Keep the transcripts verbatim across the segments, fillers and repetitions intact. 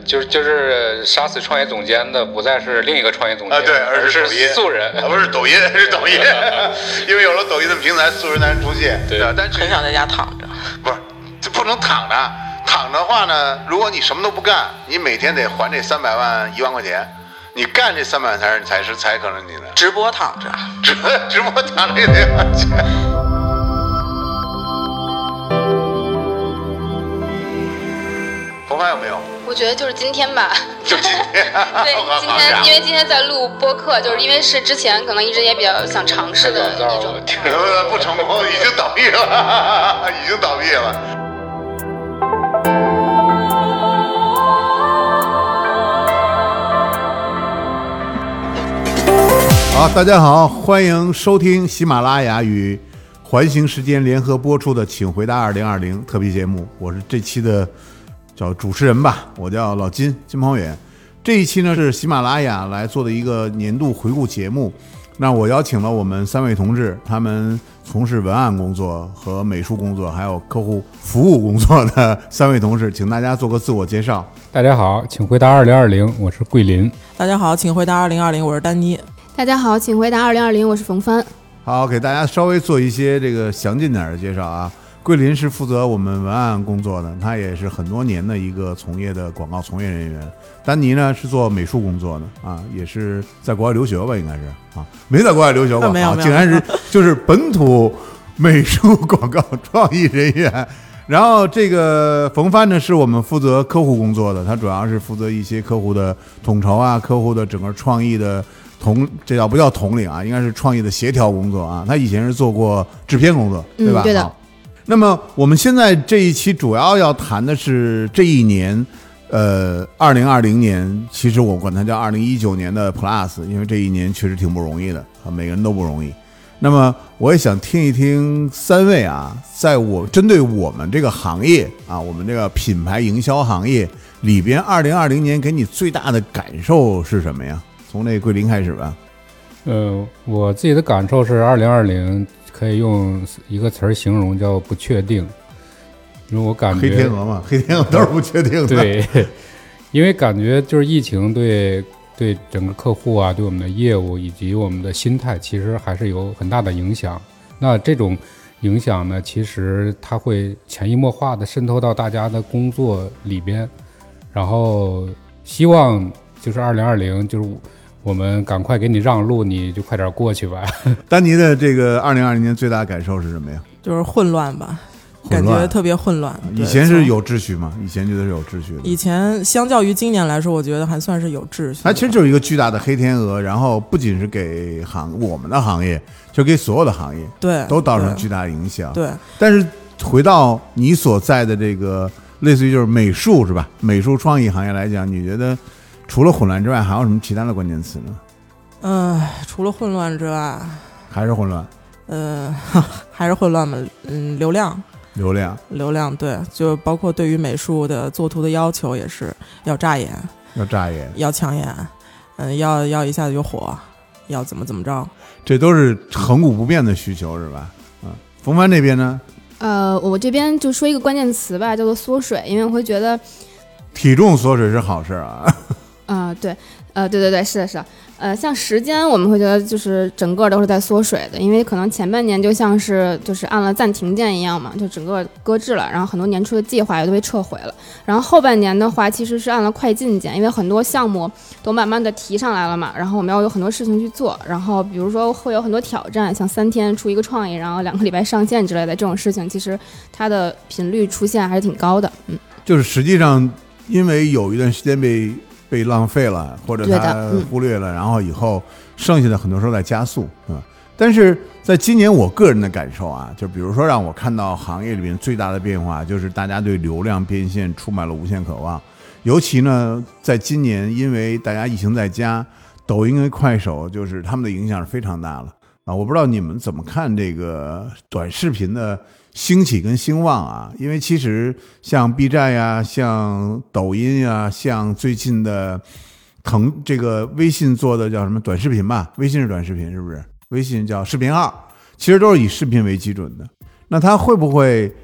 就是就是杀死创业总监的不再是另一个创业总监， 啊，对，而是素人， 啊，不是抖音，是抖音，因为有了抖音的平台，素人才能出现。 对， 但是很想在家躺着， 不是，这不能躺着。躺着的话呢，如果你什么都不干，你每天得还这三百万一万块钱，你干这三百万才是才是才可能你的直播躺着， 直直播躺着也得花钱。红帆有没有？ 我觉得就是今天吧， 就今天。 对，今天因为今天在录播客，就是因为是之前可能一直也比较想尝试的一种。 不成功，已经倒闭了，已经倒闭了。 好，大家好，欢迎收听喜马拉雅与环形时间联合播出的《请回答二零二零》特别节目，我是这期的叫主持人吧，我叫老金金鹏远。这一期呢是喜马拉雅来做的一个年度回顾节目，那我邀请了我们三位同志，他们从事文案工作和美术工作还有客户服务工作的三位同事，请大家做个自我介绍。 大家好，请回答二零二零，我是桂林。 大家好，请回答二零二零，我是丹妮。 大家好，请回答二零二零，我是冯帆。 好，给大家稍微做一些这个详尽点的介绍啊。桂林是负责我们文案工作的，他也是很多年的一个从业的广告从业人员。丹尼呢是做美术工作的啊，也是在国外留学吧，应该是啊，没在国外留学过， 啊、没有， 竟然是就是本土美术广告创意人员。然后这个冯帆呢是我们负责客户工作的，他主要是负责一些客户的统筹啊，客户的整个创意的统，这叫不叫统领啊，应该是创意的协调工作啊。他以前是做过制片工作，对吧？ 嗯、对的。 好，那么我们现在这一期主要要谈的是这一年，呃，二零二零年，其实我管它叫二零一九年的 Plus， 因为这一年确实挺不容易的啊，每个人都不容易。那么我也想听一听三位啊，在我针对我们这个行业啊，我们这个品牌营销行业里边，二零二零年给你最大的感受是什么呀？从那桂林开始吧。 呃，我自己的感受是，二零二零可以用一个词儿形容，叫不确定。因为我感觉黑天鹅嘛，黑天鹅都是不确定的。 对，因为感觉就是疫情对对整个客户啊，对我们的业务以及我们的心态，其实还是有很大的影响。那这种影响呢，其实它会潜移默化的渗透到大家的工作里边，然后希望就是二零二零就是我们赶快给你让路，你就快点过去吧。 丹尼的这个二零二零年最大感受是什么呀？ 就是混乱吧。感觉特别混乱。 以前是有秩序吗？以前觉得是有秩序的。 以前相较于今年来说，我觉得还算是有秩序。 它其实就是一个巨大的黑天鹅，然后不仅是给行我们的行业，就给所有的行业， 对， 都造成巨大的影响。 对。 但是回到你所在的这个类似于就是美术是吧？美术创意行业来讲，你觉得除了混乱之外，还有什么其他的关键词呢？ 嗯、呃，除了混乱之外， 还是混乱。 呃，还是混乱嘛。嗯，流量。 流量， 流量，对，就包括对于美术的作图的要求也是要扎眼， 要扎眼， 要抢眼，嗯，要要一下子就火，要怎么怎么着， 这都是恒古不变的需求，是吧？嗯，冯帆那边呢？ 呃，我这边就说一个关键词吧，叫做缩水，因为我会觉得体重缩水是好事啊。 啊、呃，对，呃，对对对，是的，是的。呃，像时间我们会觉得就是整个都是在缩水的，因为可能前半年就像是就是按了暂停键一样嘛，就整个搁置了，然后很多年初的计划也都被撤回了。然后后半年的话其实是按了快进键，因为很多项目都慢慢的提上来了嘛，然后我们要有很多事情去做，然后比如说会有很多挑战，像三天出一个创意，然后两个礼拜上线之类的这种事情，其实它的频率出现还是挺高的。嗯， 就是实际上因为有一段时间被被浪费了，或者他忽略了、嗯、然后以后剩下的很多时候在加速、嗯、但是在今年我个人的感受啊，就比如说让我看到行业里面最大的变化就是大家对流量变现充满了无限渴望，尤其呢在今年因为大家疫情在家，抖音跟快手就是他们的影响是非常大了啊，我不知道你们怎么看这个短视频的兴起跟兴旺啊，因为其实像 B 站呀，像抖音呀，像最近的腾这个微信做的叫什么短视频吧，微信是短视频是不是？微信叫视频号，其实都是以视频为基准的。那它会不会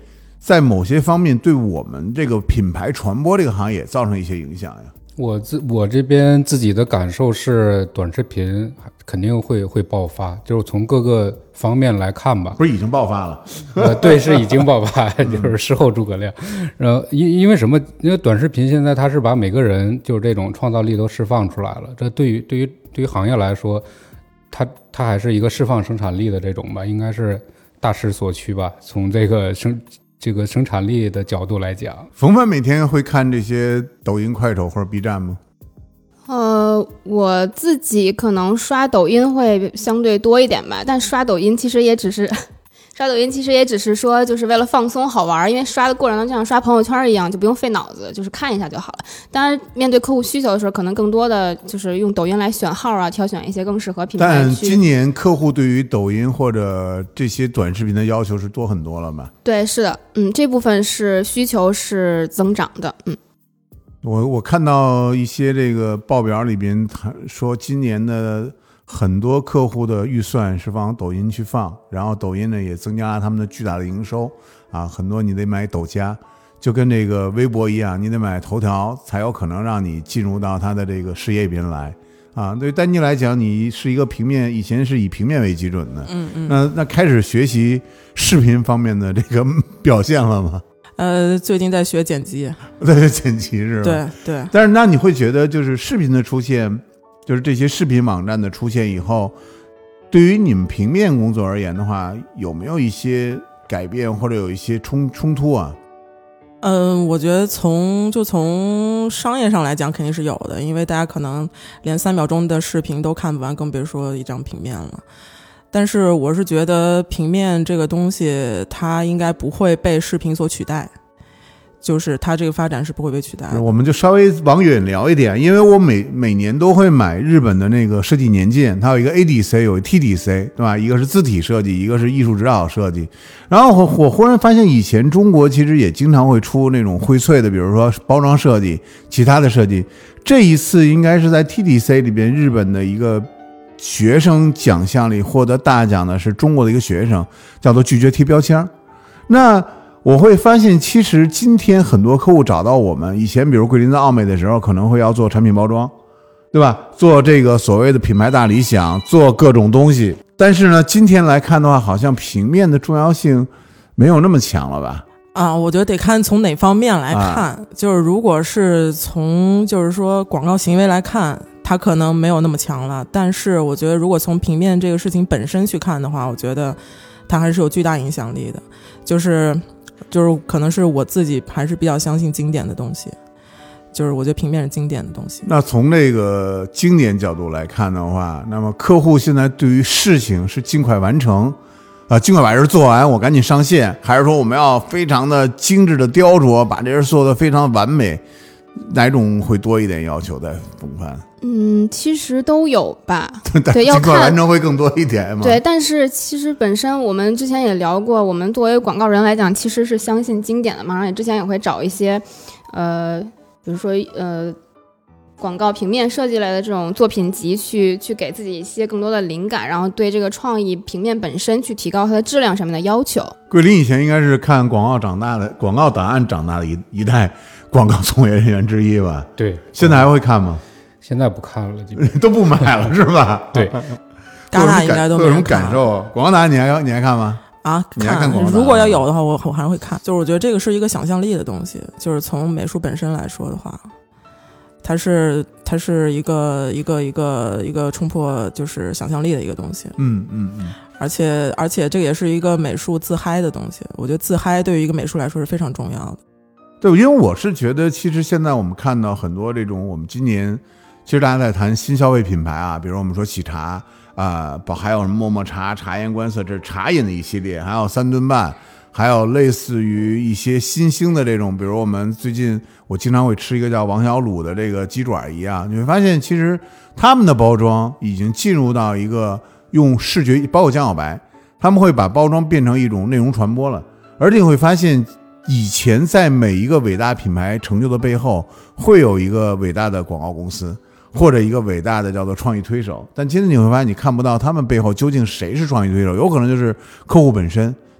在某些方面对我们这个品牌传播这个行业造成一些影响呀？ 我自我这边自己的感受是，短视频肯定会会爆发，就是从各个方面来看吧。 不是已经爆发了？ 呃，对，是已经爆发，就是事后诸葛亮。然后因因为什么？因为短视频现在它是把每个人就是这种创造力都释放出来了，这对于对于对于行业来说，它它还是一个释放生产力的这种吧，应该是大势所趋吧。从这个生这个生产力的角度来讲， 冯帆每天会看这些抖音、快手或者 B 站吗？ 呃，我自己可能刷抖音会相对多一点吧，但刷抖音其实也只是刷抖音其实也只是说就是为了放松好玩，因为刷的过程中就像刷朋友圈一样，就不用费脑子，就是看一下就好了。当然面对客户需求的时候，可能更多的就是用抖音来选号啊，挑选一些更适合品牌去。 但今年客户对于抖音或者这些短视频的要求是多很多了吧？ 对，是的，嗯，这部分是需求是增长的，嗯。 我我看到一些这个报表里边说，今年的很多客户的预算是往抖音去放，然后抖音呢也增加了他们的巨大的营收啊，很多你得买抖加，就跟这个微博一样，你得买头条才有可能让你进入到它的这个事业里边来啊。对丹尼来讲，你是一个平面，以前是以平面为基准的， 嗯嗯， 那那开始学习视频方面的这个表现了吗？ 呃，最近在学剪辑， 对，剪辑是吧？ 对对。 但是那你会觉得，就是视频的出现，就是这些视频网站的出现以后，对于你们平面工作而言的话，有没有一些改变或者有一些冲冲突啊？ 嗯，我觉得从就从商业上来讲肯定是有的，因为大家可能连三秒钟的视频都看不完，更别说一张平面了。但是我是觉得平面这个东西它应该不会被视频所取代，就是它这个发展是不会被取代的。 我们就稍微往远聊一点，因为我每每年都会买日本的那个设计年鉴，它有一个 A D C 有一个 T D C 对吧，一个是字体设计，一个是艺术指导设计。然后我我忽然发现以前中国其实也经常会出那种荟萃的，比如说包装设计其他的设计，这一次应该是在 T D C 里边日本的一个学生奖项里获得大奖的是中国的一个学生，叫做拒绝贴标签。那我会发现其实今天很多客户找到我们，以前比如桂林在奥美的时候可能会要做产品包装，对吧，做这个所谓的品牌大理想，做各种东西，但是呢今天来看的话，好像平面的重要性没有那么强了吧？ 啊，我觉得得看从哪方面来看，啊、就是如果是从就是说广告行为来看，它可能没有那么强了，但是我觉得如果从平面这个事情本身去看的话，我觉得它还是有巨大影响力的，就是就是可能是我自己还是比较相信经典的东西，就是我觉得平面是经典的东西。 那从这个经典角度来看的话，那么客户现在对于事情是尽快完成啊，尽快把这做完，我赶紧上线，还是说我们要非常的精致的雕琢，把这事做得非常完美？哪种会多一点要求在冯帆？ 嗯，其实都有吧。对，要尽快完成会更多一点嘛。 对，但是其实本身我们之前也聊过，我们作为广告人来讲，其实是相信经典的嘛，而且之前也会找一些，呃，比如说呃。广告平面设计类的这种作品集去去给自己一些更多的灵感，然后对这个创意平面本身去提高它的质量上面的要求。 桂林以前应该是看广告长大的，广告档案长大的一一代广告从业人员之一吧？ 对， 现在还会看吗？ 现在不看了，基本都不买了是吧？ 对， 戛纳应该都没有什么感受？广告档案你还你还看吗？ 啊， 你还看广告？ 如果要有的话，我我还是会看。就是我觉得这个是一个想象力的东西，就是从美术本身来说的话。它是它是一个一个一个一个冲破就是想象力的一个东西， 嗯嗯嗯， 而且而且这个也是一个美术自嗨的东西，我觉得自嗨对于一个美术来说是非常重要的。 对，因为我是觉得其实现在我们看到很多这种我们今年其实大家在谈新消费品牌啊，比如我们说喜茶啊，包、呃、还有什么默默茶、茶颜观色，这是茶饮的一系列，还有三顿半，还有类似于一些新兴的这种，比如我们最近我经常会吃一个叫王小卤的这个鸡爪一样，你会发现其实他们的包装已经进入到一个用视觉，包括江小白，他们会把包装变成一种内容传播了。而且你会发现以前在每一个伟大品牌成就的背后会有一个伟大的广告公司或者一个伟大的叫做创意推手，但今天你会发现你看不到他们背后究竟谁是创意推手，有可能就是客户本身，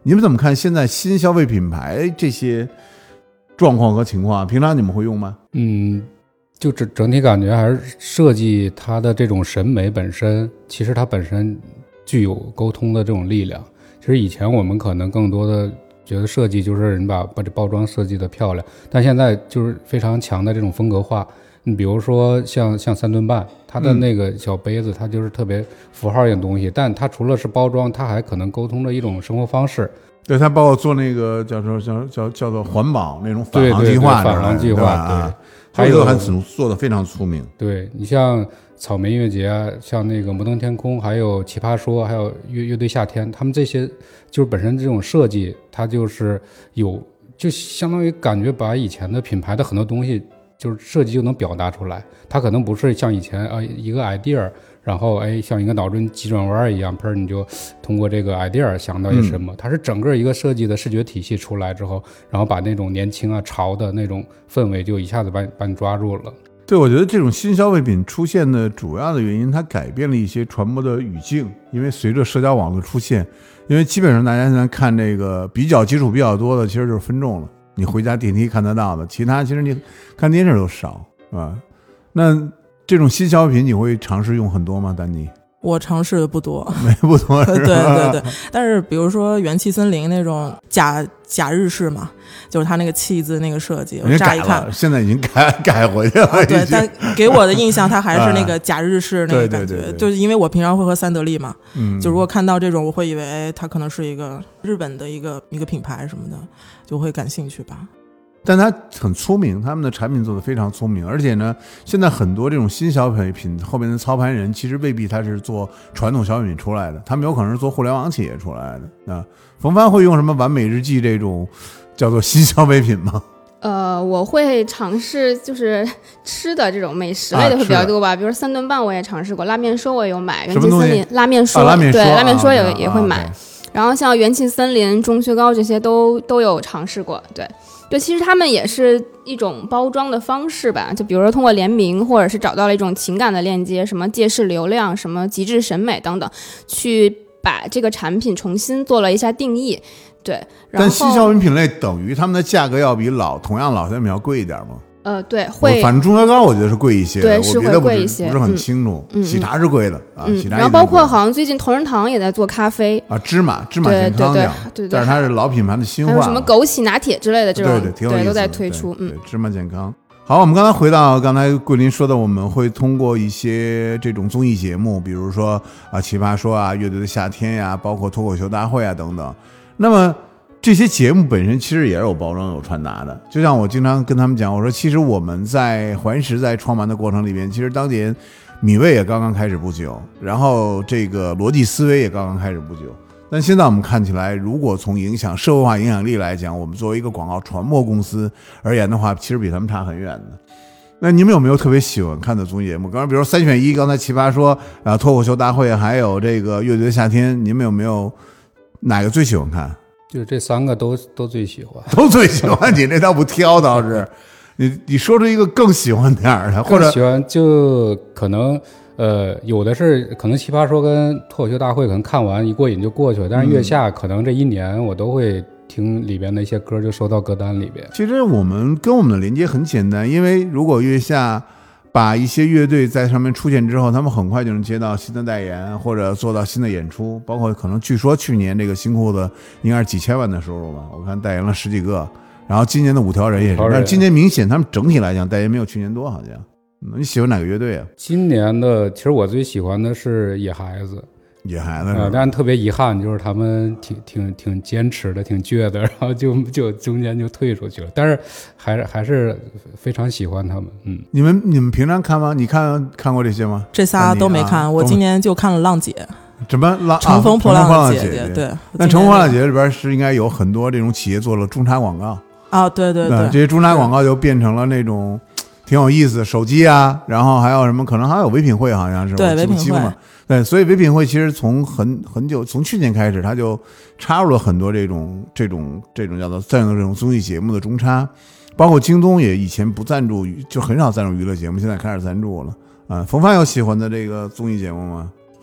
你们怎么看现在新消费品牌这些状况和情况？平常你们会用吗？ 嗯，就整整体感觉还是设计它的这种审美本身，其实它本身具有沟通的这种力量。其实以前我们可能更多的觉得设计就是你把把这包装设计的漂亮，但现在就是非常强的这种风格化。你比如说像像三顿半，它的那个小杯子，它就是特别符号性的东西，但它除了是包装，它还可能沟通的一种生活方式。 对，它包括做那个叫做叫叫叫做环保那种返航计划， 返航计划，对， 对还有还做的非常聪明。 对，你像草莓音乐节，像那个摩登天空，还有奇葩说，还有乐乐队夏天，他们这些就是本身这种设计，它就是有，就相当于感觉把以前的品牌的很多东西。就是设计就能表达出来，它可能不是像以前啊一个 idea， 然后哎像一个脑筋急转弯一样，砰你就通过这个 idea 想到一什么，嗯、它是整个一个设计的视觉体系出来之后，然后把那种年轻啊潮的那种氛围就一下子把把你抓住了。 对，我觉得这种新消费品出现的主要的原因，它改变了一些传播的语境，因为随着社交网络出现，因为基本上大家现在看这个比较基础比较多的，其实就是分众了。你回家电梯看得到的，其他其实你看电视都少，是吧？那这种新消费品你会尝试用很多吗，丹妮？ 我尝试的不多， 没不多，是吧？ 对对对。但是比如说元气森林那种假假日式嘛，就是它那个气字那个设计，我乍一看， 现在已经改改回去了。 啊、对，但给我的印象它还是那个假日式那个感觉， 对对对对， 就是因为我平常会喝三得利嘛， 嗯， 就如果看到这种，我会以为哎，它可能是一个日本的一个一个品牌什么的，就会感兴趣吧。 但它很聪明，他们的产品做得非常聪明，而且呢，现在很多这种新消费品后面的操盘人，其实未必他是做传统消费品出来的，他们有可能是做互联网企业出来的。啊，冯帆会用什么完美日记这种叫做新消费品吗？ 呃，我会尝试就是吃的这种美食类的会比较多吧，啊、比如说三顿半我也尝试过，拉面说我也有买，元气森林拉面说， 啊、拉面说对、啊、拉面说也、啊、也会买。 啊然后像元气森林、钟薛高这些都都有尝试过，对，对，其实他们也是一种包装的方式吧，就比如说通过联名，或者是找到了一种情感的链接，什么借势流量、什么极致审美等等，去把这个产品重新做了一下定义，对。然后但新消费品类等于他们的价格要比老同样老消费品要贵一点吗？ 呃，对，会， 反正钟薛高我觉得是贵一些的， 对，是会贵一些， 不是很清楚。嗯、喜茶是贵的、嗯、啊，喜茶。 然后包括好像最近同仁堂也在做咖啡啊， 芝麻芝麻健康奖， 对对对， 但是它是老品牌的新化， 还有什么枸杞拿铁之类的这种， 对对，挺有意思的， 对，都在推出， 嗯，芝麻健康。好，我们刚才回到刚才桂林说的，我们会通过一些这种综艺节目，比如说啊奇葩说啊、乐队的夏天呀、啊，包括脱口秀大会啊等等。那么这些节目本身其实也是有包装有传达的，就像我经常跟他们讲，我说其实我们在环石在创办的过程里边，其实当年米味也刚刚开始不久，然后这个逻辑思维也刚刚开始不久，但现在我们看起来，如果从影响社会化影响力来讲，我们作为一个广告传播公司而言的话，其实比他们差很远的。那你们有没有特别喜欢看的综艺节目？刚才比如三选一，刚才奇葩说啊、脱口秀大会，还有这个乐队的夏天，你们有没有哪个最喜欢看？ 就这三个都都最喜欢， 都最喜欢。你这倒不挑，倒是你你说出一个更喜欢点儿的，或者喜欢就可能呃有的是可能奇葩说跟脱口秀大会可能看完一过瘾就过去了，但是月下可能这一年我都会听里边的一些歌，就收到歌单里边。 其实我们跟我们的连接很简单，因为如果月下把一些乐队在上面出现之后，他们很快就能接到新的代言或者做到新的演出，包括可能据说去年这个新裤子应该是几千万的收入吧，我看代言了十几个，然后今年的五条人也是，但是今年明显他们整体来讲代言没有去年多，好像。你喜欢哪个乐队啊？ 今年的其实我最喜欢的是野孩子。 野孩子、 呃，但特别遗憾，就是他们挺挺挺坚持的，挺倔的，然后就就中间就退出去了。但是还是还是非常喜欢他们。嗯， 你们你们平常看吗？你看看过这些吗？ 这仨都没看，啊、我今年就看了《浪姐》。 什么浪？ 乘风破浪姐姐，对。 那《乘风破浪姐姐》里边是应该有很多这种企业做了中插广告。 啊，对对 对, 对， 这些中插广告就变成了那种挺有意思的手机啊，然后还有什么可能还有唯品会，好像是对唯品会。 对，所以唯品会其实从很很久，从去年开始，它就插入了很多这种这种这种叫做赞助这种综艺节目的中插，包括京东也以前不赞助，就很少赞助娱乐节目，现在开始赞助了啊。冯帆有喜欢的这个综艺节目吗？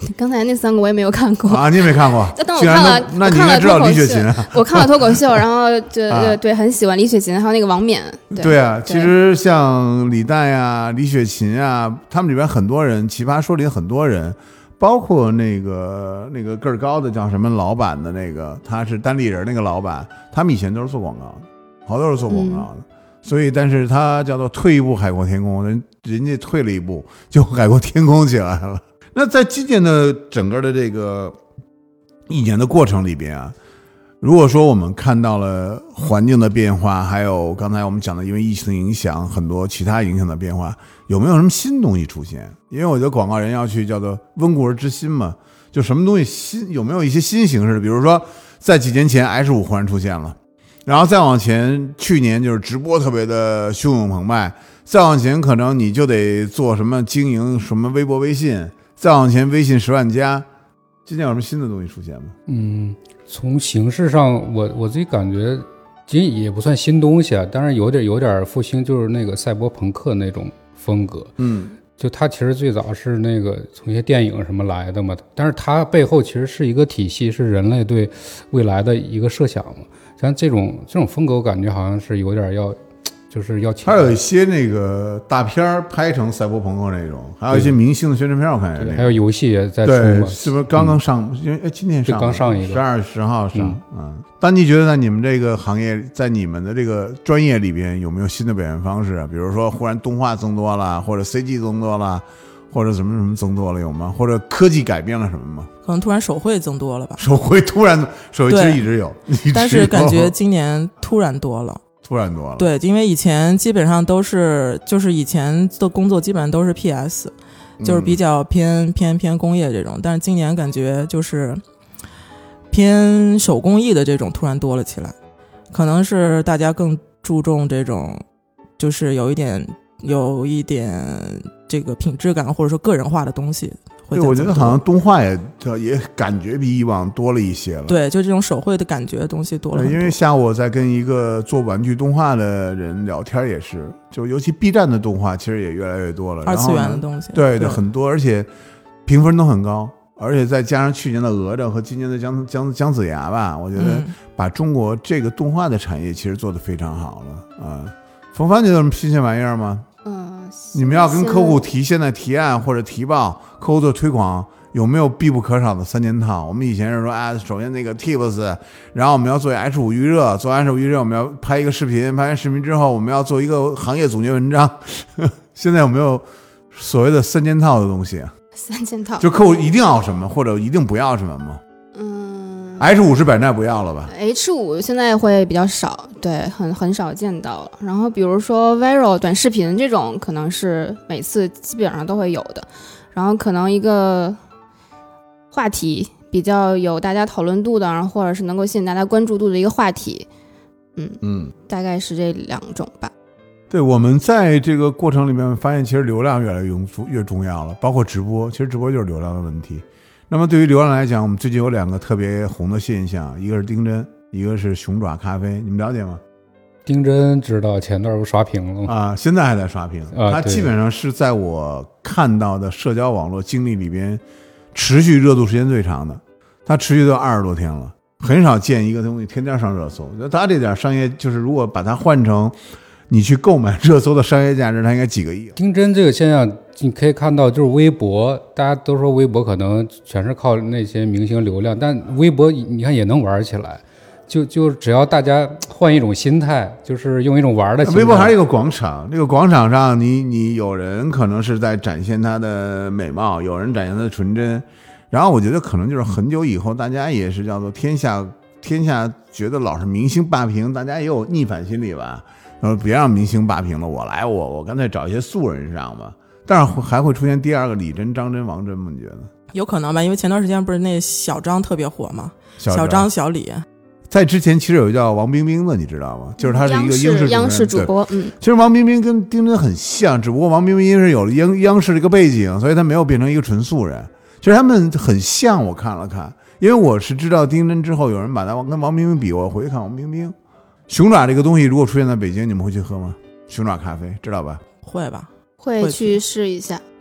刚才那三个我也没有看过啊，你也没看过？ 但我看了， 那你应该知道李雪琴啊。 我看了脱口秀，然后就、啊、对很喜欢李雪琴，还有那个王冕。对, 对啊，其实像李诞呀、李雪琴啊，他们里边很多人，奇葩说里很多人，包括那个那个个儿高的叫什么老板的那个，他是单立人那个老板，他们以前都是做广告的，好多都是做广告的。嗯，所以，但是他叫做退一步海阔天空，人人家退了一步就海阔天空起来了。那在今年的整个的这个一年的过程里边啊，如果说我们看到了环境的变化，还有刚才我们讲的因为疫情的影响，很多其他影响的变化，有没有什么新东西出现？因为我觉得广告人要去叫做温故而知新嘛，就什么东西新，有没有一些新形式？比如说在几年前 H 五忽然出现了。然后再往前，去年就是直播特别的汹涌澎湃，再往前可能你就得做什么经营什么微博微信，再往前微信十万加，今年有什么新的东西出现吗？ 嗯，从形式上我我自己感觉其实也不算新东西啊，当然有点有点复兴，就是那个赛博朋克那种风格。嗯，就它其实最早是那个从一些电影什么来的嘛，但是它背后其实是一个体系，是人类对未来的一个设想嘛。像这种这种风格，我感觉好像是有点要，就是要。 还有一些那个大片拍成赛博朋克那种，还有一些明星的宣传片，我看也还有游戏也在出嘛。对，是不是刚刚上？因为、嗯、今天上， 刚上一个， 十二月十号上。嗯，嗯丹妮觉得在你们这个行业，在你们的这个专业里边，有没有新的表现方式？比如说，忽然动画增多了，或者 C G 增多了。或者什么什么增多了有吗？或者科技改变了什么吗？ 可能突然手绘增多了吧。 手绘突然，手绘其实一直有， 但是感觉今年突然多了。 突然多了。 对，因为以前基本上都是，就是以前的工作基本上都是 P S， 就是比较偏、嗯、偏偏工业这种，但是今年感觉就是偏手工艺的这种突然多了起来，可能是大家更注重这种，就是有一点有一点。这个品质感或者说个人化的东西会， 对，我觉得好像动画也也感觉比以往多了一些了。 对，就这种手绘的感觉的东西多了很多。 因为像我在跟一个做玩具动画的人聊天也是，就尤其 B 站的动画其实也越来越多了， 二次元的东西， 对对，很多，而且评分都很高，而且再加上去年的哪吒和今年的姜姜姜子牙吧，我觉得把中国这个动画的产业其实做得非常好了啊。冯帆，你有什么新鲜玩意儿吗？ 嗯， 你们要跟客户提现在提案或者提报，客户做推广，有没有必不可少的三件套？我们以前是说，哎，首先那个 Tips， 然后我们要做 H 五 预热，做 H 五 预热，我们要拍一个视频，拍完视频之后，我们要做一个行业总结文章。现在有没有所谓的三件套的东西？ 三件套， 就客户一定要什么，或者一定不要什么吗？ 嗯 ，H 五 是百分之百不要了吧 ？H 五 现在会比较少，对，很很少见到了。然后比如说 Vero 短视频这种，可能是每次基本上都会有的。然后可能一个话题比较有大家讨论度的，然后或者是能够吸引大家关注度的一个话题，嗯嗯，大概是这两种吧。 对，我们在这个过程里面发现，其实流量越来越越重要了，包括直播，其实直播就是流量的问题。那么对于流量来讲，我们最近有两个特别红的现象，一个是丁真，一个是熊爪咖啡，你们了解吗？ 丁真知道，前段不刷屏了吗？ 啊，现在还在刷屏。 啊， 它基本上是在我看到的社交网络经历里边持续热度时间最长的，它持续到二十多天了，很少见一个东西天天上热搜。它这点商业，就是如果把它换成你去购买热搜的商业价值，它应该几个亿。 丁真这个现象，你可以看到，就是微博，大家都说微博可能全是靠那些明星流量，但微博你看也能玩起来，就就只要大家换一种心态，就是用一种玩的心态。 微博还是一个广场，这个广场上你，你你有人可能是在展现他的美貌，有人展现他的纯真，然后我觉得可能就是很久以后，大家也是叫做天下天下觉得老是明星霸屏，大家也有逆反心理吧。然后别让明星霸屏了，我来，我我干脆找一些素人上吧。但是还会出现第二个李真、张真、王真吗？你觉得？ 有可能吧，因为前段时间不是那小张特别火吗？ 小张, 小张、小李。 在之前其实有一个叫王冰冰的，你知道吗？就是他是一个央视央视主播。嗯， 其实王冰冰跟丁真很像，只不过王冰冰因为是有了央央视这个背景，所以他没有变成一个纯素人。其实他们很像，我看了看，因为我是知道丁真之后，有人把他跟王冰冰比，我回去看王冰冰。熊爪这个东西如果出现在北京，你们会去喝吗？熊爪咖啡知道吧？ 会吧， 会去试一下。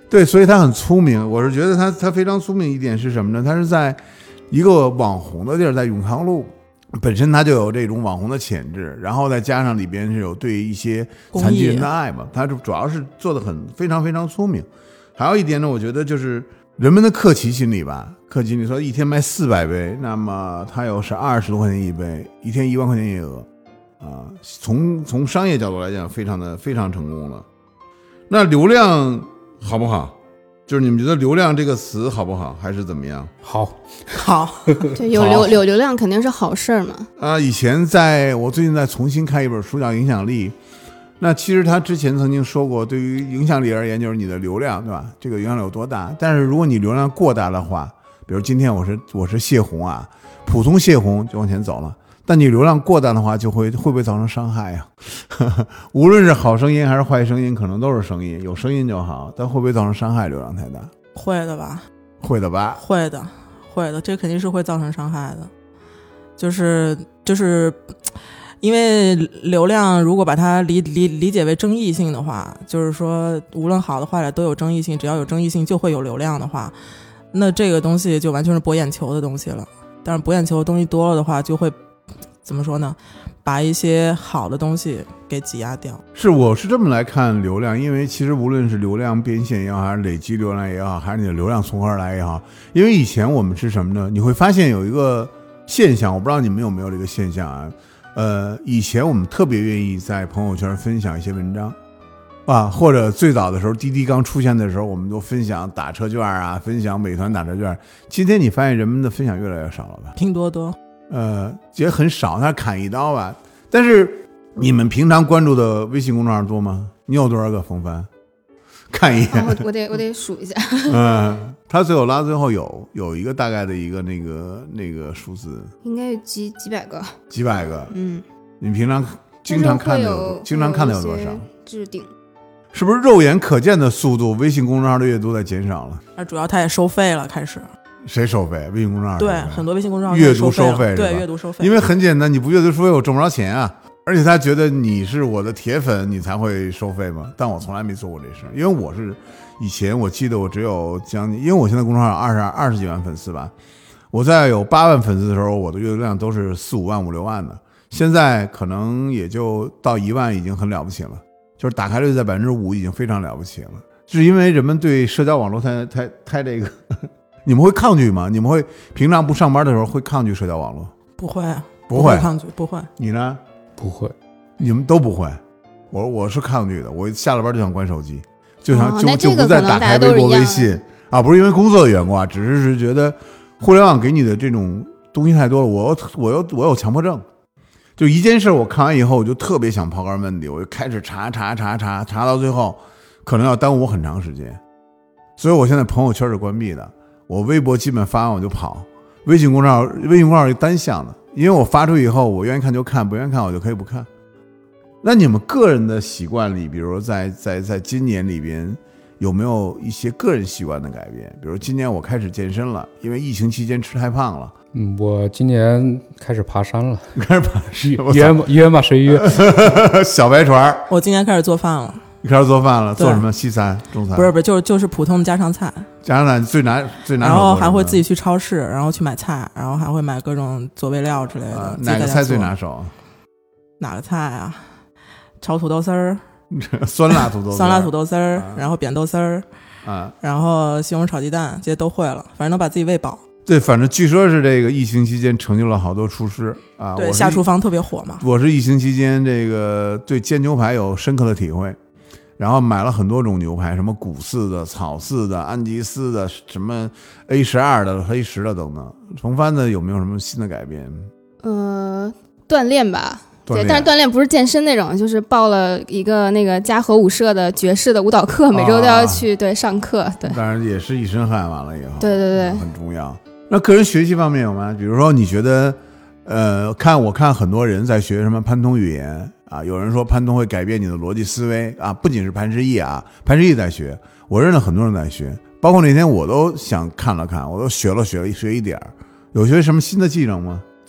对，所以他很聪明。我是觉得他他非常聪明一点是什么呢？他是在一个网红的地儿，在永康路。本身它就有这种网红的潜质，然后再加上里边是有对一些残疾人的爱嘛，它主要是做的很非常非常聪明。还有一点呢，我觉得就是人们的客气心理吧，客气心理说一天卖四百杯，那么它有是二十多块钱一杯，一天一万块钱营业额啊，从从商业角度来讲，非常的非常成功了。那流量好不好？就是你们觉得流量这个词好不好，还是怎么样？ 好， 好， 对，有流有流量肯定是好事儿嘛。 啊，以前在我最近在重新看一本书叫《影响力》，那其实他之前曾经说过，对于影响力而言，就是你的流量，对吧？这个影响力有多大？但是如果你流量过大的话，比如今天我是我是泄洪啊，普通泄洪就往前走了。但你流量过大的话，就会会不会造成伤害呀、啊？无论是好声音还是坏声音，可能都是声音，有声音就好，但会不会造成伤害？流量太大， 会的吧？ 会的吧？ 会的，会的，这肯定是会造成伤害的。就是就是，因为流量如果把它理理理解为争议性的话，就是说无论好的坏的都有争议性，只要有争议性就会有流量的话，那这个东西就完全是博眼球的东西了。但是博眼球的东西多了的话，就会。怎么说呢？把一些好的东西给挤压掉。 是，我是这么来看流量，因为其实无论是流量变现也好，还是累积流量也好，还是你的流量从何而来也好，因为以前我们是什么呢？你会发现有一个现象，我不知道你们有没有这个现象啊？呃，以前我们特别愿意在朋友圈分享一些文章啊，或者最早的时候滴滴刚出现的时候，我们都分享打车券啊，分享美团打车券。今天你发现人们的分享越来越少了吧？ 拼多多。 呃，也很少，他砍一刀吧。但是你们平常关注的微信公众号多吗？你有多少个风帆？看一眼， 哦、我得我得数一下。 嗯，他最后拉最后有有一个大概的一个那个那个数字， 应该有几几百个， 几百个。 嗯， 你平常经常看的有，经常看的有多少？ 置顶。 是不是肉眼可见的速度，微信公众号的阅读在减少了？ 啊，主要它也收费了，开始。 谁收费？微信公众号对，很多微信公众号阅读收费， 对，阅读收费。 因为很简单，你不阅读收费，我挣不着钱啊。而且他觉得你是我的铁粉，你才会收费嘛。但我从来没做过这事，因为我是以前我记得我只有将近，因为我现在公众号有二十二十几万粉丝吧。我在有八万粉丝的时候，我的阅读量都是四五万、五六万的。现在可能也就到一万，已经很了不起了。就是打开率在百分之五，已经非常了不起了。是因为人们对社交网络太太太这个。你们会抗拒吗？你们会平常不上班的时候会抗拒社交网络？ 不会， 不会抗拒，不会。 你呢？ 不会。 你们都不会。我我是抗拒的，我下了班就想关手机，就想、 哦、 就就不再打开微博、微信啊，不是因为工作的缘故啊，只是是觉得互联网给你的这种东西太多了，我我有我有强迫症，就一件事我看完以后，我就特别想刨根问底，我就开始查查查查查到最后，可能要耽误我很长时间，所以我现在朋友圈是关闭的。我微博基本发完我就跑，微信公众号微信公众号是单向的，因为我发出以后，我愿意看就看，不愿意看我就可以不看。那你们个人的习惯里，比如在在在今年里边，有没有一些个人习惯的改变？比如今年我开始健身了，因为疫情期间吃太胖了。 嗯，我今年开始爬山了， 开始爬山， 约吗？约吗？谁约？ 小白船。 我今年开始做饭了。 你开始做饭了？做什么？西餐、中餐？ 不是不是，就是就是普通的家常菜。 家常菜最拿最拿手。 然后还会自己去超市，然后去买菜，然后还会买各种佐味料之类的。 啊、哪个菜最拿手？ 哪个菜啊？炒土豆丝儿， 酸辣土豆丝， 酸辣土豆丝儿，然后扁豆丝儿， 啊， 然后西红柿炒鸡蛋，这些都会了，反正能把自己喂饱。 对，反正据说是这个疫情期间成就了好多厨师啊。 对，下厨房特别火嘛。 我是疫情期间这个对煎牛排有深刻的体会。然后买了很多种牛排，什么古饲的、草饲的、安吉斯的，什么 A 十二的、黑十的等等。从帆的有没有什么新的改变？ 呃，锻炼吧， 对， 但是锻炼不是健身那种，就是报了一个那个嘉禾舞社的爵士的舞蹈课，每周都要去、啊、对上课。对， 当然也是一身汗，完了以后， 对对对， 很重要。那个人学习方面有吗？比如说你觉得，呃，看我看很多人在学什么潘通语言。啊，有人说潘通会改变你的逻辑思维啊，不仅是潘石屹啊，潘石屹在学，我认识很多人在学，包括那天我都想看了看，我都学了学了学一点。有学什么新的技能吗？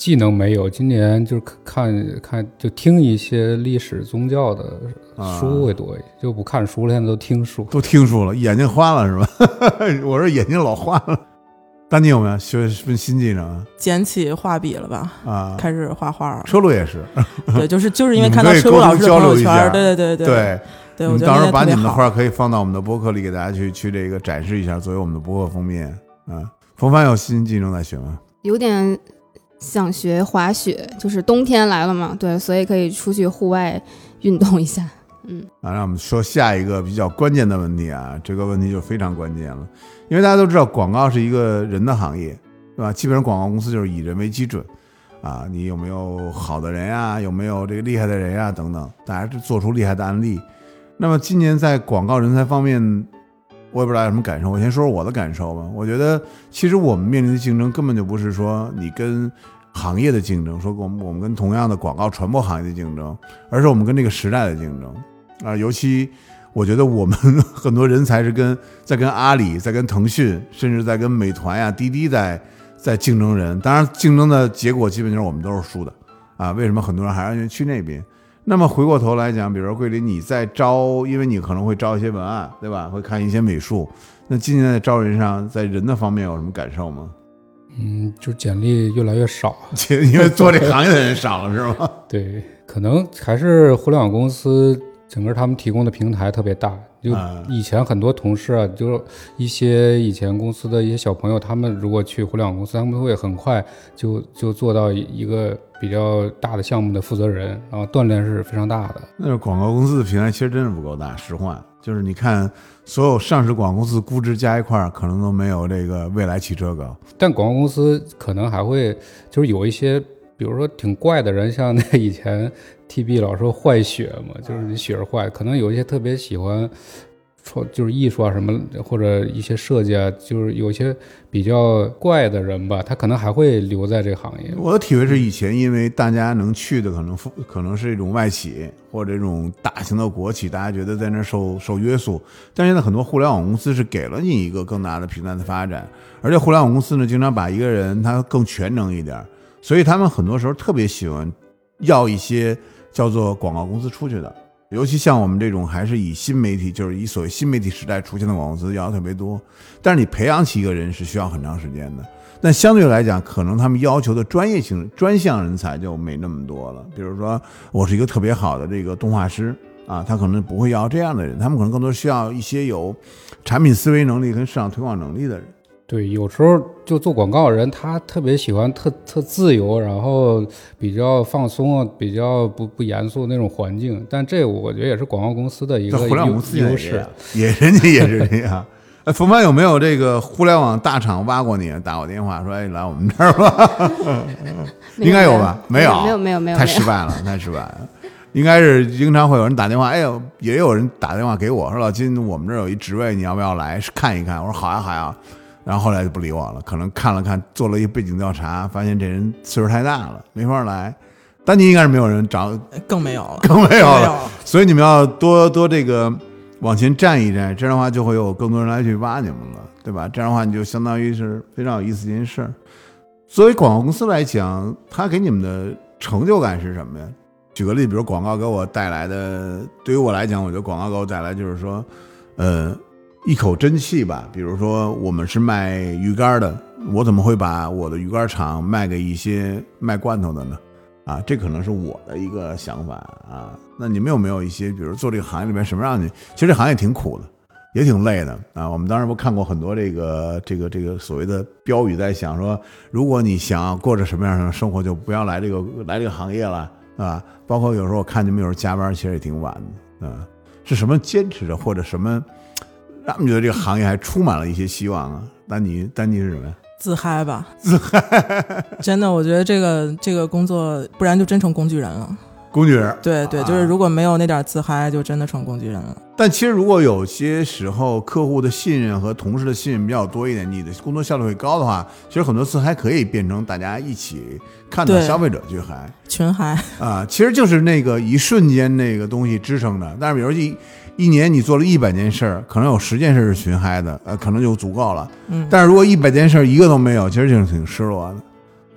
技能没有，今年就是看看就听一些历史宗教的书会多一些，啊、就不看书了，现在都听书， 都听书了，眼睛花了是吧？我说眼睛老花了。丹尼有没有学份新技能？ 捡起画笔了吧？ 啊， 开始画画了。 车路也是， 对，就是就是因为看到车路老师的朋友圈，对对对对对。 对， 我们到时候把你们的画可以放到我们的播客里，给大家去去这个展示一下，作为我们的播客封面啊。冯帆有新技能在学吗？ 有点想学滑雪，就是冬天来了嘛，对，所以可以出去户外运动一下。嗯， 啊，让我们说下一个比较关键的问题啊，这个问题就非常关键了，因为大家都知道广告是一个人的行业，对吧？基本上广告公司就是以人为基准。啊，你有没有好的人呀？有没有这个厉害的人呀？等等，大家做出厉害的案例。那么今年在广告人才方面，我也不知道有什么感受。我先说说我的感受吧。我觉得其实我们面临的竞争根本就不是说你跟行业的竞争，说我们我们跟同样的广告传播行业的竞争，而是我们跟这个时代的竞争啊。尤其我觉得我们很多人才是跟在跟阿里，在跟腾讯，甚至在跟美团呀、滴滴在在竞争人。当然，竞争的结果基本就是我们都是输的啊。为什么很多人还是去那边？那么回过头来讲，比如说桂林，你在招，因为你可能会招一些文案，对吧？会看一些美术。那今年在招人上，在人的方面有什么感受吗？ 嗯，就简历越来越少， 因为做这行业的人少了，是吗？ 对，可能还是互联网公司整个他们提供的平台特别大。就以前很多同事啊，就一些以前公司的一些小朋友，他们如果去互联网公司，他们会很快就就做到一个比较大的项目的负责人，然后锻炼是非常大的。 那是广告公司的平台其实真是不够大，实话就是你看所有上市广告公司估值加一块可能都没有这个蔚来汽车高。 但广告公司可能还会就是有一些比如说挺怪的人，像那以前 T B 老说坏血嘛，就是你血是坏，可能有一些特别喜欢就是艺术啊什么，或者一些设计啊，就是有一些比较怪的人吧，他可能还会留在这个行业。 我的体会是，以前因为大家能去的可能可能是一种外企或者这种大型的国企，大家觉得在那受受约束。但是现在很多互联网公司是给了你一个更大的平台的发展，而且互联网公司呢，经常把一个人他更全能一点，所以他们很多时候特别喜欢要一些叫做广告公司出去的。尤其像我们这种还是以新媒体，就是以所谓新媒体时代出现的广告公司要的特别多，但是你培养起一个人是需要很长时间的。但相对来讲，可能他们要求的专业性专项人才就没那么多了。比如说，我是一个特别好的这个动画师啊，他可能不会要这样的人，他们可能更多需要一些有产品思维能力跟市场推广能力的人。 对，有时候就做广告的人，他特别喜欢特特自由，然后比较放松，比较不不严肃那种环境。但这我觉得也是广告公司的一个优势， 也人家也是这样。哎，冯帆有没有这个互联网大厂挖过你，打过电话说哎来我们这儿吧？应该有吧？没有， 没有，没有，没有， 太失败了，太失败了。应该是经常会有人打电话，哎呦，也有人打电话给我说老金，我们这儿有一职位，你要不要来看一看？我说好呀，好呀。然后后来就不理我了，可能看了看，做了一背景调查，发现这人岁数太大了，没法来。丹尼应该是没有人找， 更没有了， 更没有了。所以你们要多多这个往前站一站，这样的话就会有更多人来去挖你们了，对吧？这样的话你就相当于是非常有意思的一件事。作为广告公司来讲，它给你们的成就感是什么呀？举个例，比如广告给我带来的，对于我来讲，我觉得广告给我带来就是说，呃。一口真气吧，比如说我们是卖鱼竿的，我怎么会把我的鱼竿厂卖给一些卖罐头的呢？啊，这可能是我的一个想法啊。那你们有没有一些，比如做这个行业里面什么让你，其实这行业挺苦的，也挺累的啊。我们当时不看过很多这个这个这个所谓的标语，在想说，如果你想过着什么样的生活，就不要来这个来这个行业了，啊。包括有时候我看你们有时候加班，其实也挺晚的啊。是什么坚持着，或者什么？让我们觉得这个行业还充满了一些希望啊！丹尼，丹尼是什么呀？ 自嗨吧， 自嗨！ 真的，我觉得这个这个工作，不然就真成工具人了。 工具人， 对对，就是如果没有那点自嗨，就真的成工具人了。 但其实如果有些时候客户的信任和同事的信任比较多一点，你的工作效率会高的话，其实很多次还可以变成大家一起看到消费者去嗨， 群嗨啊，其实就是那个一瞬间那个东西支撑的。但是比如一一年你做了一百件事儿，可能有十件事是群嗨的，呃，可能就足够了。嗯，但是如果一百件事一个都没有，其实就是挺失落的。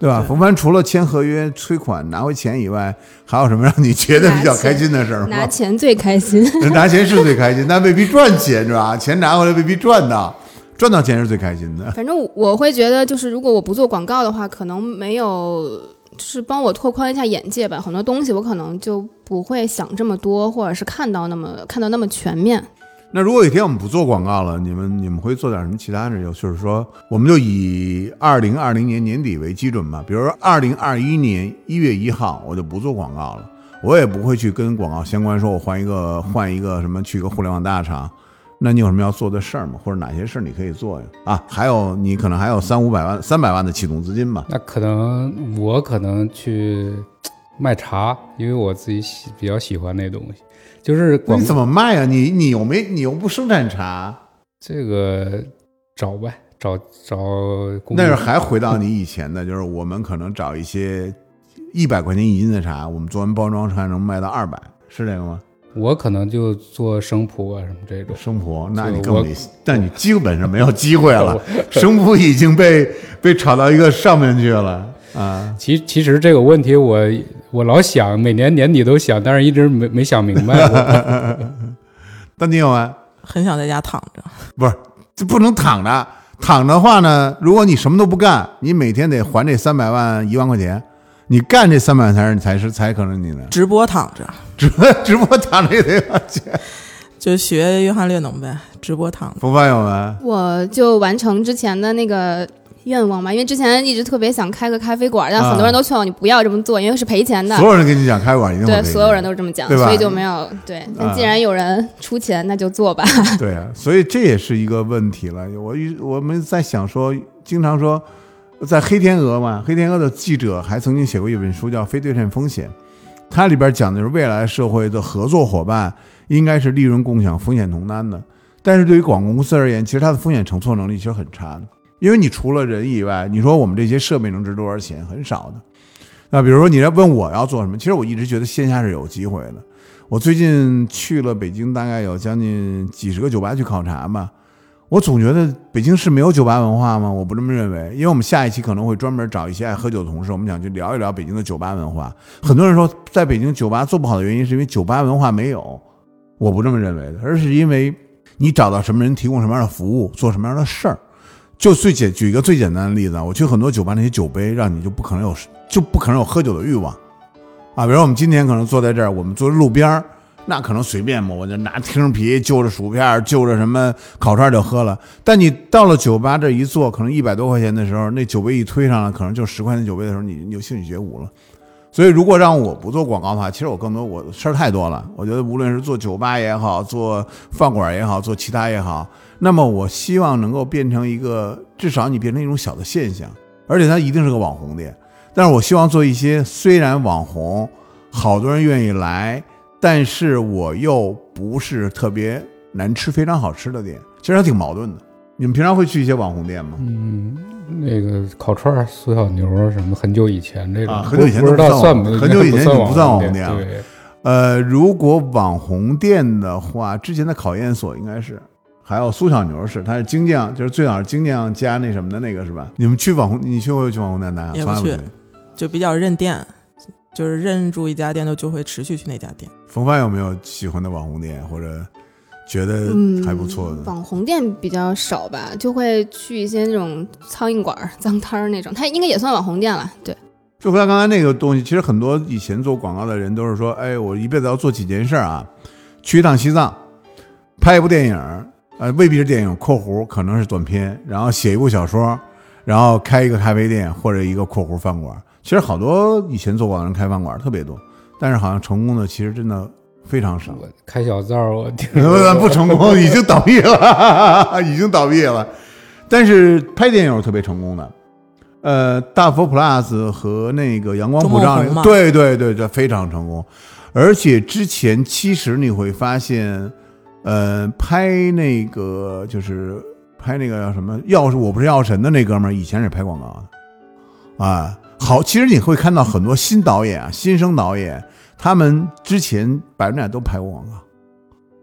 对吧？冯帆除了签合约、催款、拿回钱以外，还有什么让你觉得比较开心的事儿吗？ 拿钱最开心， 拿钱是最开心，但未必赚钱，是吧？钱拿回来未必赚到，赚到钱是最开心的。 反正我会觉得，就是如果我不做广告的话，可能没有。就是帮我拓宽一下眼界吧，很多东西我可能就不会想这么多，或者是看到那么看到那么全面。 那如果有一天我们不做广告了，你们你们会做点什么其他的？就是说，我们就以二零二零年年底为基准吧。比如说二零二一年一月一号，我就不做广告了，我也不会去跟广告相关，说我换一个换一个什么去一个互联网大厂。那你有什么要做的事儿吗？或者哪些事儿你可以做呀？啊，还有你可能还有三五百万、三百万的启动资金吧？ 那可能我可能去卖茶，因为我自己喜比较喜欢那东西。就是广你怎么卖啊？你你又没你又不生产茶， 这个找呗，找找工。 那是还回到你以前的，就是我们可能找一些一百块钱一斤的茶，我们做完包装还能卖到二百，是这个吗？ 我可能就做生普啊什么这种生普，那你更没，那你基本上没有机会了。生普已经被被炒到一个上面去了啊。 其其实这个问题我我老想，每年年底都想，但是一直没没想明白。 但你有啊？ 很想在家躺着， 不是，这不能躺着。躺的话呢，如果你什么都不干，你每天得还这三百万一万块钱。你干这三百万才是才是才可能你的直播躺着， 直直播躺着也得要钱， 就学约翰列侬呗，直播躺着。 冯帆有吗？ 我就完成之前的那个愿望吧，因为之前一直特别想开个咖啡馆，但很多人都劝我你不要这么做，因为是赔钱的。 所有人跟你讲开馆一定会赔钱， 对，所有人都是这么讲，所以就没有对。但既然有人出钱，那就做吧。 对啊，所以这也是一个问题了。我我们在想说，经常说。在黑天鹅嘛，黑天鹅的记者还曾经写过一本书叫《非对称风险》，它里边讲的是未来社会的合作伙伴应该是利润共享、风险同担的。但是对于广告公司而言，其实它的风险承受能力其实很差的，因为你除了人以外，你说我们这些设备能值多少钱？很少的。那比如说你来问我要做什么，其实我一直觉得线下是有机会的。我最近去了北京，大概有将近几十个酒吧去考察嘛。我总觉得北京市没有酒吧文化吗？我不这么认为，因为我们下一期可能会专门找一些爱喝酒的同事，我们想去聊一聊北京的酒吧文化。很多人说在北京酒吧做不好的原因是因为酒吧文化没有，我不这么认为的，而是因为你找到什么人提供什么样的服务，做什么样的事儿。就最简举一个最简单的例子，我去很多酒吧那些酒杯，让你就不可能有就不可能有喝酒的欲望啊。比如我们今天可能坐在这儿，我们坐路边那可能随便嘛，我就拿听皮就着薯片就着什么烤串就喝了。但你到了酒吧这一坐，可能一百多块钱的时候，那酒杯一推上来，可能就十块钱酒杯的时候，你你有兴趣觉悟了。所以如果让我不做广告的话，其实我更多我事儿太多了。我觉得无论是做酒吧也好，做饭馆也好，做其他也好，那么我希望能够变成一个，至少你变成一种小的现象，而且它一定是个网红店。但是我希望做一些虽然网红，好多人愿意来。但是我又不是特别难吃、非常好吃的店，其实还挺矛盾的。你们平常会去一些网红店吗？ 嗯，那个烤串、苏小牛什么，很久以前这种， 啊、很久以前不知道算不很久以前就不算网红店了。呃，如果网红店的话，之前的考验所应该是，还有苏小牛是，它是精酿，就是最早是精酿加那什么的那个是吧？你们去网红，你去过去网红店的？ 也不去，就比较认店。就是认住一家店就会持续去那家店。 冯帆有没有喜欢的网红店或者觉得还不错的、 嗯、网红店比较少吧，就会去一些那种苍蝇馆、脏摊那种，它应该也算网红店了。对， 就回到刚才那个东西，其实很多以前做广告的人都是说，哎，我一辈子要做几件事啊，去一趟西藏，拍一部电影，呃，未必是电影（括弧可能是短片），然后写一部小说，然后开一个咖啡店或者一个（括弧饭馆）。其实好多以前做广告人开饭馆特别多，但是好像成功的其实真的非常少。 开小灶我听不成功，已经倒闭了，已经倒闭了。但是拍电影特别成功的，呃，大佛 Plus 和那个阳光普照，对对对，这非常成功。而且之前其实你会发现，呃，拍那个就是拍那个叫什么药是我不是药神的那哥们儿，以前是拍广告的啊。好，其实你会看到很多新导演啊，新生导演，他们之前百分之百都拍过广告，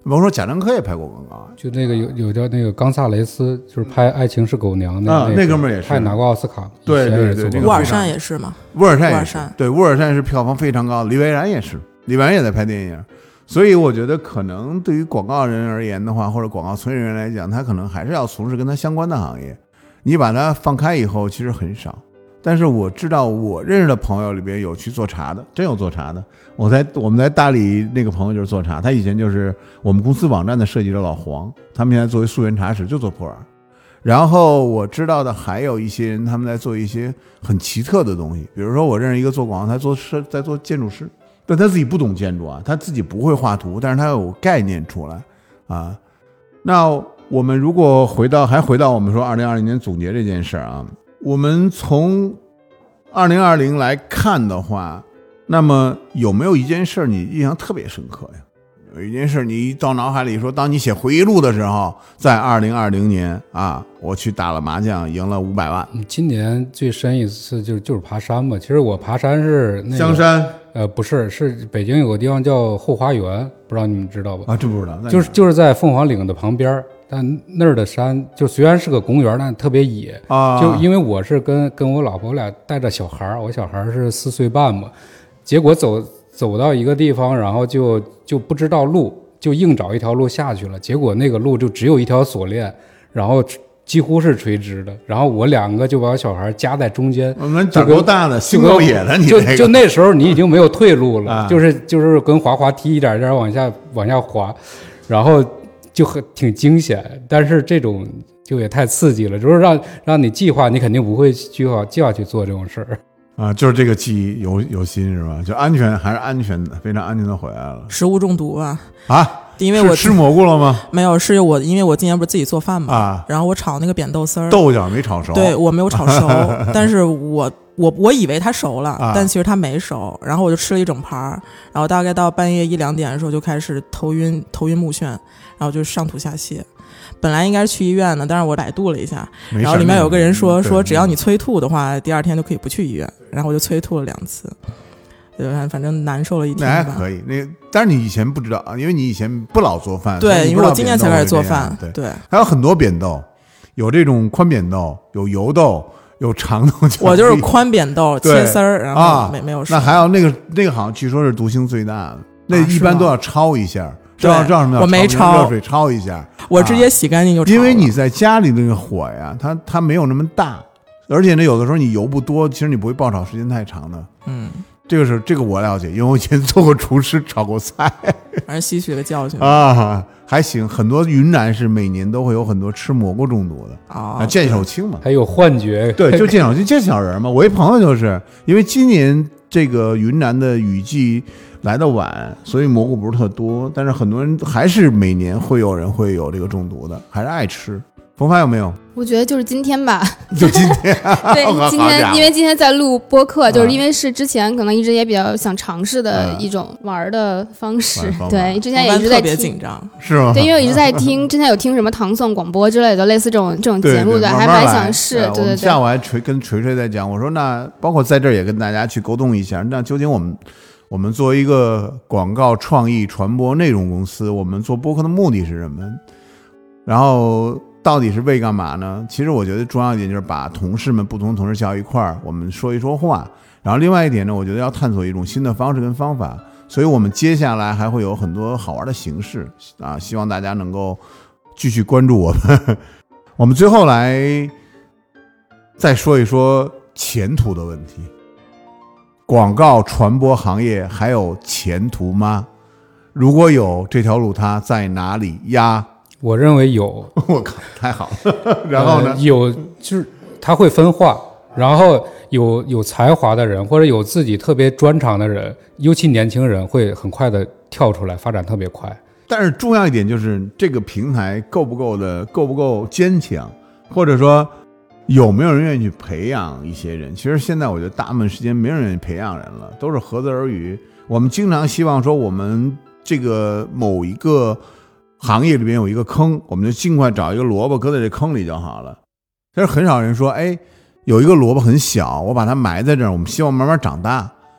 甭说贾樟柯也拍过广告， 就那个有有叫那个冈萨雷斯，就是拍《爱情是狗娘》的、 啊、 那那哥们儿也是， 他也拿过奥斯卡。 对对对， 沃尔善也是嘛， 沃尔善也是，对，沃尔善是票房非常高，李维然也是，李维然也在拍电影。所以我觉得可能对于广告人而言的话，或者广告从业人员来讲，他可能还是要从事跟他相关的行业。你把它放开以后，其实很少。但是我知道我认识的朋友里边有去做茶的，真有做茶的。我在我们在大理那个朋友就是做茶，他以前就是我们公司网站的设计者老黄，他们现在作为溯源茶室就做普洱。然后我知道的还有一些人，他们在做一些很奇特的东西，比如说我认识一个做广告，他做设在做建筑师。但他自己不懂建筑啊，他自己不会画图，但是他有概念出来啊。那我们如果回到还回到我们说二零二零年总结这件事啊，我们从二零二零来看的话，那么有没有一件事你印象特别深刻呀？有一件事你一到脑海里说，当你写回忆录的时候，在二零二零年啊，我去打了麻将，赢了五百万。 今年最深一次就是就是爬山嘛。其实我爬山是那个香山， 呃，不是，是北京有个地方叫后花园，不知道你们知道吧？ 啊，这不知道。 就是就是在凤凰岭的旁边，但那儿的山就虽然是个公园，但特别野啊。 就因为我是跟跟我老婆俩带着小孩，我小孩是四岁半嘛，结果走。走到一个地方，然后就就不知道路，就硬找一条路下去了。结果那个路就只有一条锁链，然后几乎是垂直的。然后我两个就把小孩夹在中间。 我们长够大的，心够野的，你就、 这个、 就那时候你已经没有退路了， 啊、 就是就是跟滑滑梯一点一点往下往下滑，然后就很挺惊险。但是这种就也太刺激了，就是让让你计划，你肯定不会计划计划去做这种事儿。 啊，就是这个记忆犹犹新是吧？就安全还是安全的，非常安全的回来了。 食物中毒啊啊！ 因为我吃蘑菇了吗？ 没有，是我因为我今年不是自己做饭嘛啊， 然后我炒那个扁豆丝儿， 豆角没炒熟， 对我没有炒熟，但是我我我以为它熟了， 啊、 但其实它没熟，然后我就吃了一整盘儿，然后大概到半夜一两点的时候就开始头晕头晕目眩，然后就上吐下泻。本来应该是去医院的，但是我百度了一下，然后里面有个人说说只要你催吐的话，第二天就可以不去医院，然后我就催吐了两次，反正难受了一天吧。 那还可以，那但是你以前不知道啊，因为你以前不老做饭， 对，因为我今年才开始做饭， 对对。 还有很多扁豆，有这种宽扁豆，有油豆，有长豆。 我就是宽扁豆切丝儿，然后没、啊、没有熟。 那还有那个那个好像据说是毒性最大的，那一般都要焯一下。知道知道什么？ 我没焯， 热水焯一下， 我直接洗干净就焯、 啊。因为你在家里那个火呀，它它没有那么大，而且呢，有的时候你油不多，其实你不会爆炒时间太长的。 嗯， 这个是这个我了解，因为我以前做过厨师，炒过菜， 还是吸取了教训啊。还行，很多云南是每年都会有很多吃蘑菇中毒的啊， 见手青嘛， 还有幻觉， 对，就见手青，见小人嘛。我一朋友就是因为今年这个云南的雨季来得晚，所以蘑菇不是特多，但是很多人还是每年会有人会有这个中毒的，还是爱吃。冯帆有没有？ 我觉得就是今天吧， 就今天， 对，今天因为今天在录播客，就是因为是之前可能一直也比较想尝试的一种玩的方式，嗯、对，之前也一直在特别紧张， 是吗？ 对，因为我一直在听，之前有听什么糖蒜广播之类的，类似这种这种节目的，还蛮想试。对对对。 下午还锤跟锤锤在讲，我说那包括在这儿也跟大家去沟通一下，那究竟我们我们作为一个广告创意传播内容公司，我们做播客的目的是什么？然后。到底是为干嘛呢？其实我觉得重要一点就是把同事们不同同事叫一块儿，我们说一说话。然后另外一点呢，我觉得要探索一种新的方式跟方法。所以我们接下来还会有很多好玩的形式啊，希望大家能够继续关注我们。我们最后来再说一说前途的问题。广告传播行业还有前途吗？如果有，这条路它在哪里呀？ 我认为有。 我靠，太好了。然后呢、 呃、有就是它会分化，然后有有才华的人或者有自己特别专长的人，尤其年轻人会很快的跳出来，发展特别快。 但是重要一点就是这个平台够不够的够不够坚强，或者说有没有人愿意去培养一些人。其实现在我觉得大部分时间没人愿意培养人了，都是合则而语。我们经常希望说我们这个某一个行业里面有一个坑，我们就尽快找一个萝卜搁在这坑里就好了。但是很少人说，哎，有一个萝卜很小，我把它埋在这儿，我们希望慢慢长大。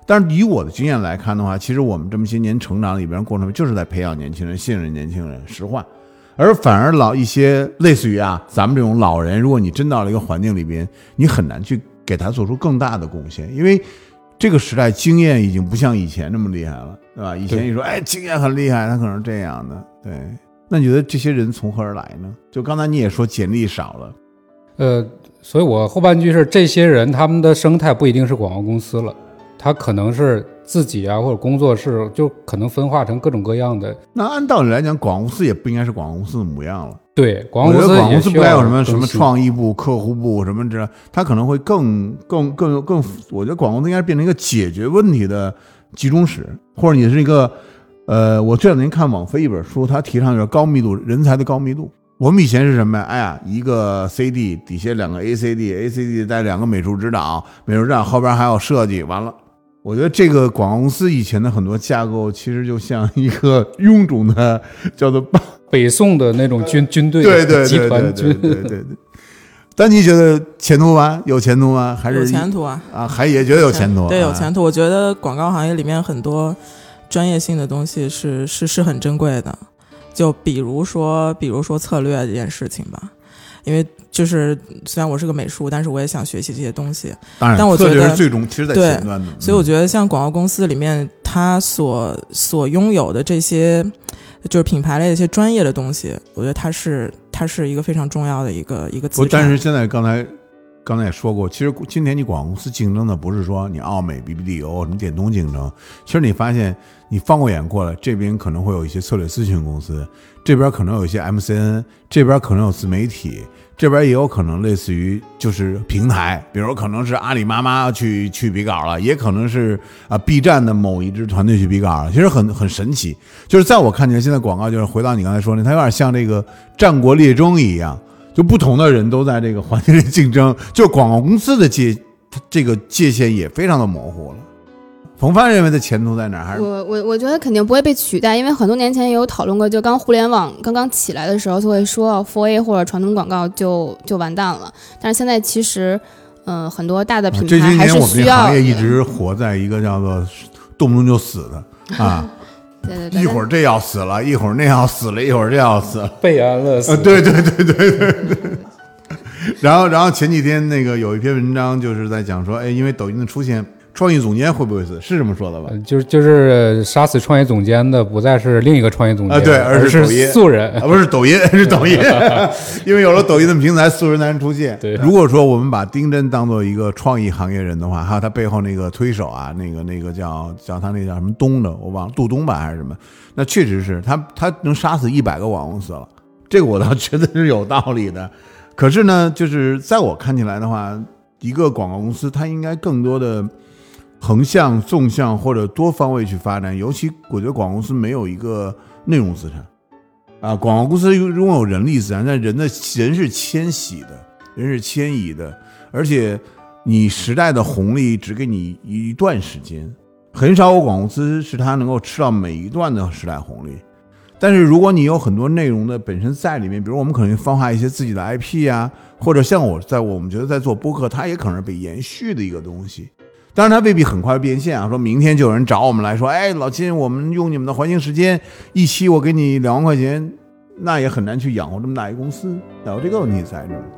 但是以我的经验来看的话，其实我们这么些年成长里边过程就是在培养年轻人、信任年轻人、实话。而反而老一些类似于啊，咱们这种老人，如果你真到了一个环境里边，你很难去给他做出更大的贡献，因为这个时代经验已经不像以前那么厉害了，对吧？以前一说，哎，经验很厉害，他可能是这样的，对。那你觉得这些人从何而来呢？就刚才你也说简历少了， 呃，所以我后半句是这些人他们的生态不一定是广告公司了，他可能是自己啊或者工作室，就可能分化成各种各样的。 那按道理来讲，广告公司也不应该是广告公司的模样了。 对，广告公司我觉得广告公司不该有什么也什么创意部、客户部什么这，它可能会更更更更。我觉得广告公司应该变成一个解决问题的集中室，或者你是一个呃，我这两年看网飞一本书，它提倡就是高密度人才的高密度。我们以前是什么呀？哎呀，一个 C D 底下两个 A C D，A C D 带两个美术指导，美术指导后边还有设计，完了。我觉得这个广告公司以前的很多架构，其实就像一个臃肿的叫做北宋的那种军军队对对集团军。 对对对对。但你觉得前途吗？有前途吗？还是有前途啊？ 啊，还也觉得有前途。 对，有前途。我觉得广告行业里面很多专业性的东西是是是很珍贵的，就比如说比如说策略这件事情吧。因为就是虽然我是个美术，但是我也想学习这些东西。 当然， 但我觉得策略是最终，其实在前端的。 所以我觉得像广告公司里面，它所所拥有的这些就是品牌类的一些专业的东西，我觉得它是它是一个非常重要的一个一个资产。 但是现在刚才刚才也说过，其实今天你广告公司竞争的不是说你奥美、B B D O 什么电通竞争，其实你发现你放过眼过来，这边可能会有一些策略咨询公司，这边可能有一些 M C N， 这边可能有自媒体，这边也有可能类似于就是平台，比如可能是阿里妈妈去去比稿了，也可能是啊 B 站的某一支团队去比稿了，其实很很神奇。就是在我看起来，现在广告就是回到你刚才说的，它有点像这个战国列争一样。就不同的人都在这个环境里竞争，就广告公司的界这个界限也非常的模糊了。冯帆认为的前途在哪儿？还是我我我觉得肯定不会被取代，因为很多年前也有讨论过，就刚互联网刚刚起来的时候，就会说 四 A 或者传统广告就就完蛋了。但是现在其实，嗯、呃，很多大的品牌还是需要。这些年我们这行业一直活在一个叫做动不动就死的啊。 对对对， 一会儿这要死了，一会儿那要死了，一会儿这要死了， 被安乐死、 呃。对对对对对对。然后，然后前几天那个有一篇文章就是在讲说，哎，因为抖音的出现，创意总监会不会死？是这么说的吧？ 呃、就是就是杀死创意总监的不再是另一个创意总监啊， 对，而是抖音素人啊，不是抖音，是抖音，因为有了抖音的平台，素人才能出现。 对， 如果说我们把丁真当做一个创意行业人的话，还有他背后那个推手啊，那个那个叫叫他那个叫什么东的，我忘了，杜东吧还是什么？那确实是他他能杀死一百个广告公司了，这个我倒觉得是有道理的。可是呢，就是在我看起来的话，一个广告公司它应该更多的横向、纵向或者多方位去发展，尤其我觉得广告公司没有一个内容资产啊，广告公司拥有人力资产，但人的人是迁徙的，人是迁移的，而且你时代的红利只给你一段时间，很少有广告公司是它能够吃到每一段的时代红利。但是如果你有很多内容的本身在里面，比如我们可能放下一些自己的 I P 啊，或者像我在我们觉得在做播客，它也可能是被延续的一个东西。当然它未必很快变现啊，说明天就有人找我们来说，哎，老金，我们用你们的环境时间，一期我给你两万块钱，那也很难去养活这么大一个公司，有这个问题在这儿。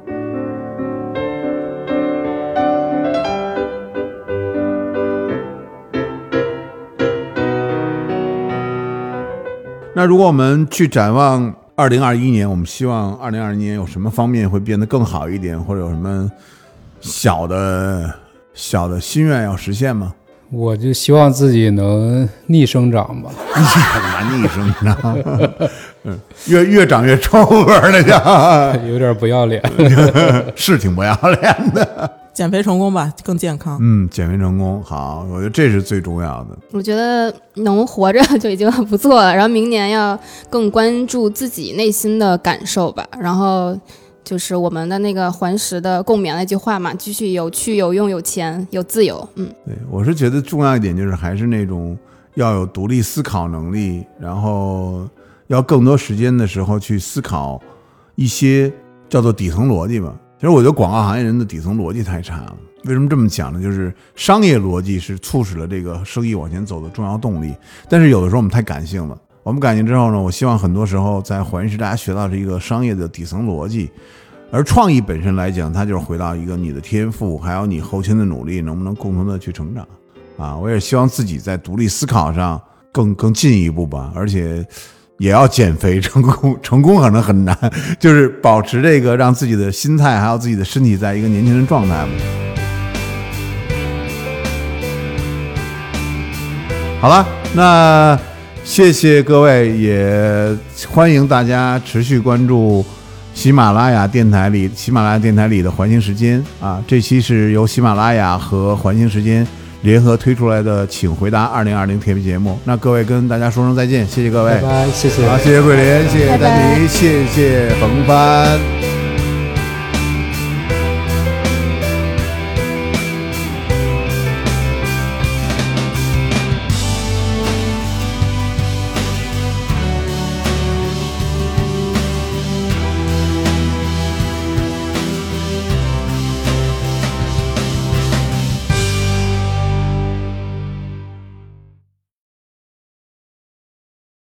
那如果我们去展望二零二一年，我们希望二零二一年有什么方面会变得更好一点，或者有什么小的小的心愿要实现吗？ 我就希望自己能逆生长吧。 你干嘛逆生长？嗯，越越长越臭味了，就有点不要脸， 是挺不要脸的。 减肥成功吧，更健康。 嗯，减肥成功，好，我觉得这是最重要的。 我觉得能活着就已经很不错了，然后明年要更关注自己内心的感受吧，然后就是我们的那个环石的共勉那句话嘛，继续有趣、有用、有钱、有自由。嗯， 对，我是觉得重要一点就是还是那种要有独立思考能力，然后要更多时间的时候去思考一些叫做底层逻辑吧。 实我觉得广告行业人的底层逻辑太差了。为什么这么讲呢？就是商业逻辑是促使了这个生意往前走的重要动力，但是有的时候我们太感性了。我们感性之后呢，我希望很多时候在环师大家学到是一个商业的底层逻辑，而创意本身来讲，它就是回到一个你的天赋，还有你后勤的努力能不能共同的去成长啊！我也希望自己在独立思考上更更进一步吧，而且也要减肥成功，成功可能很难，就是保持这个让自己的心态还有自己的身体在一个年轻人状态嘛。好了，那谢谢各位，也欢迎大家持续关注喜马拉雅电台里喜马拉雅电台里的环形时间啊，这期是由喜马拉雅和环形时间联合推出来的请回答二零二零特别节目。那各位跟大家说声再见，谢谢各位， 拜拜，谢谢， 好，谢谢桂林，谢谢丹妮，谢谢冯帆。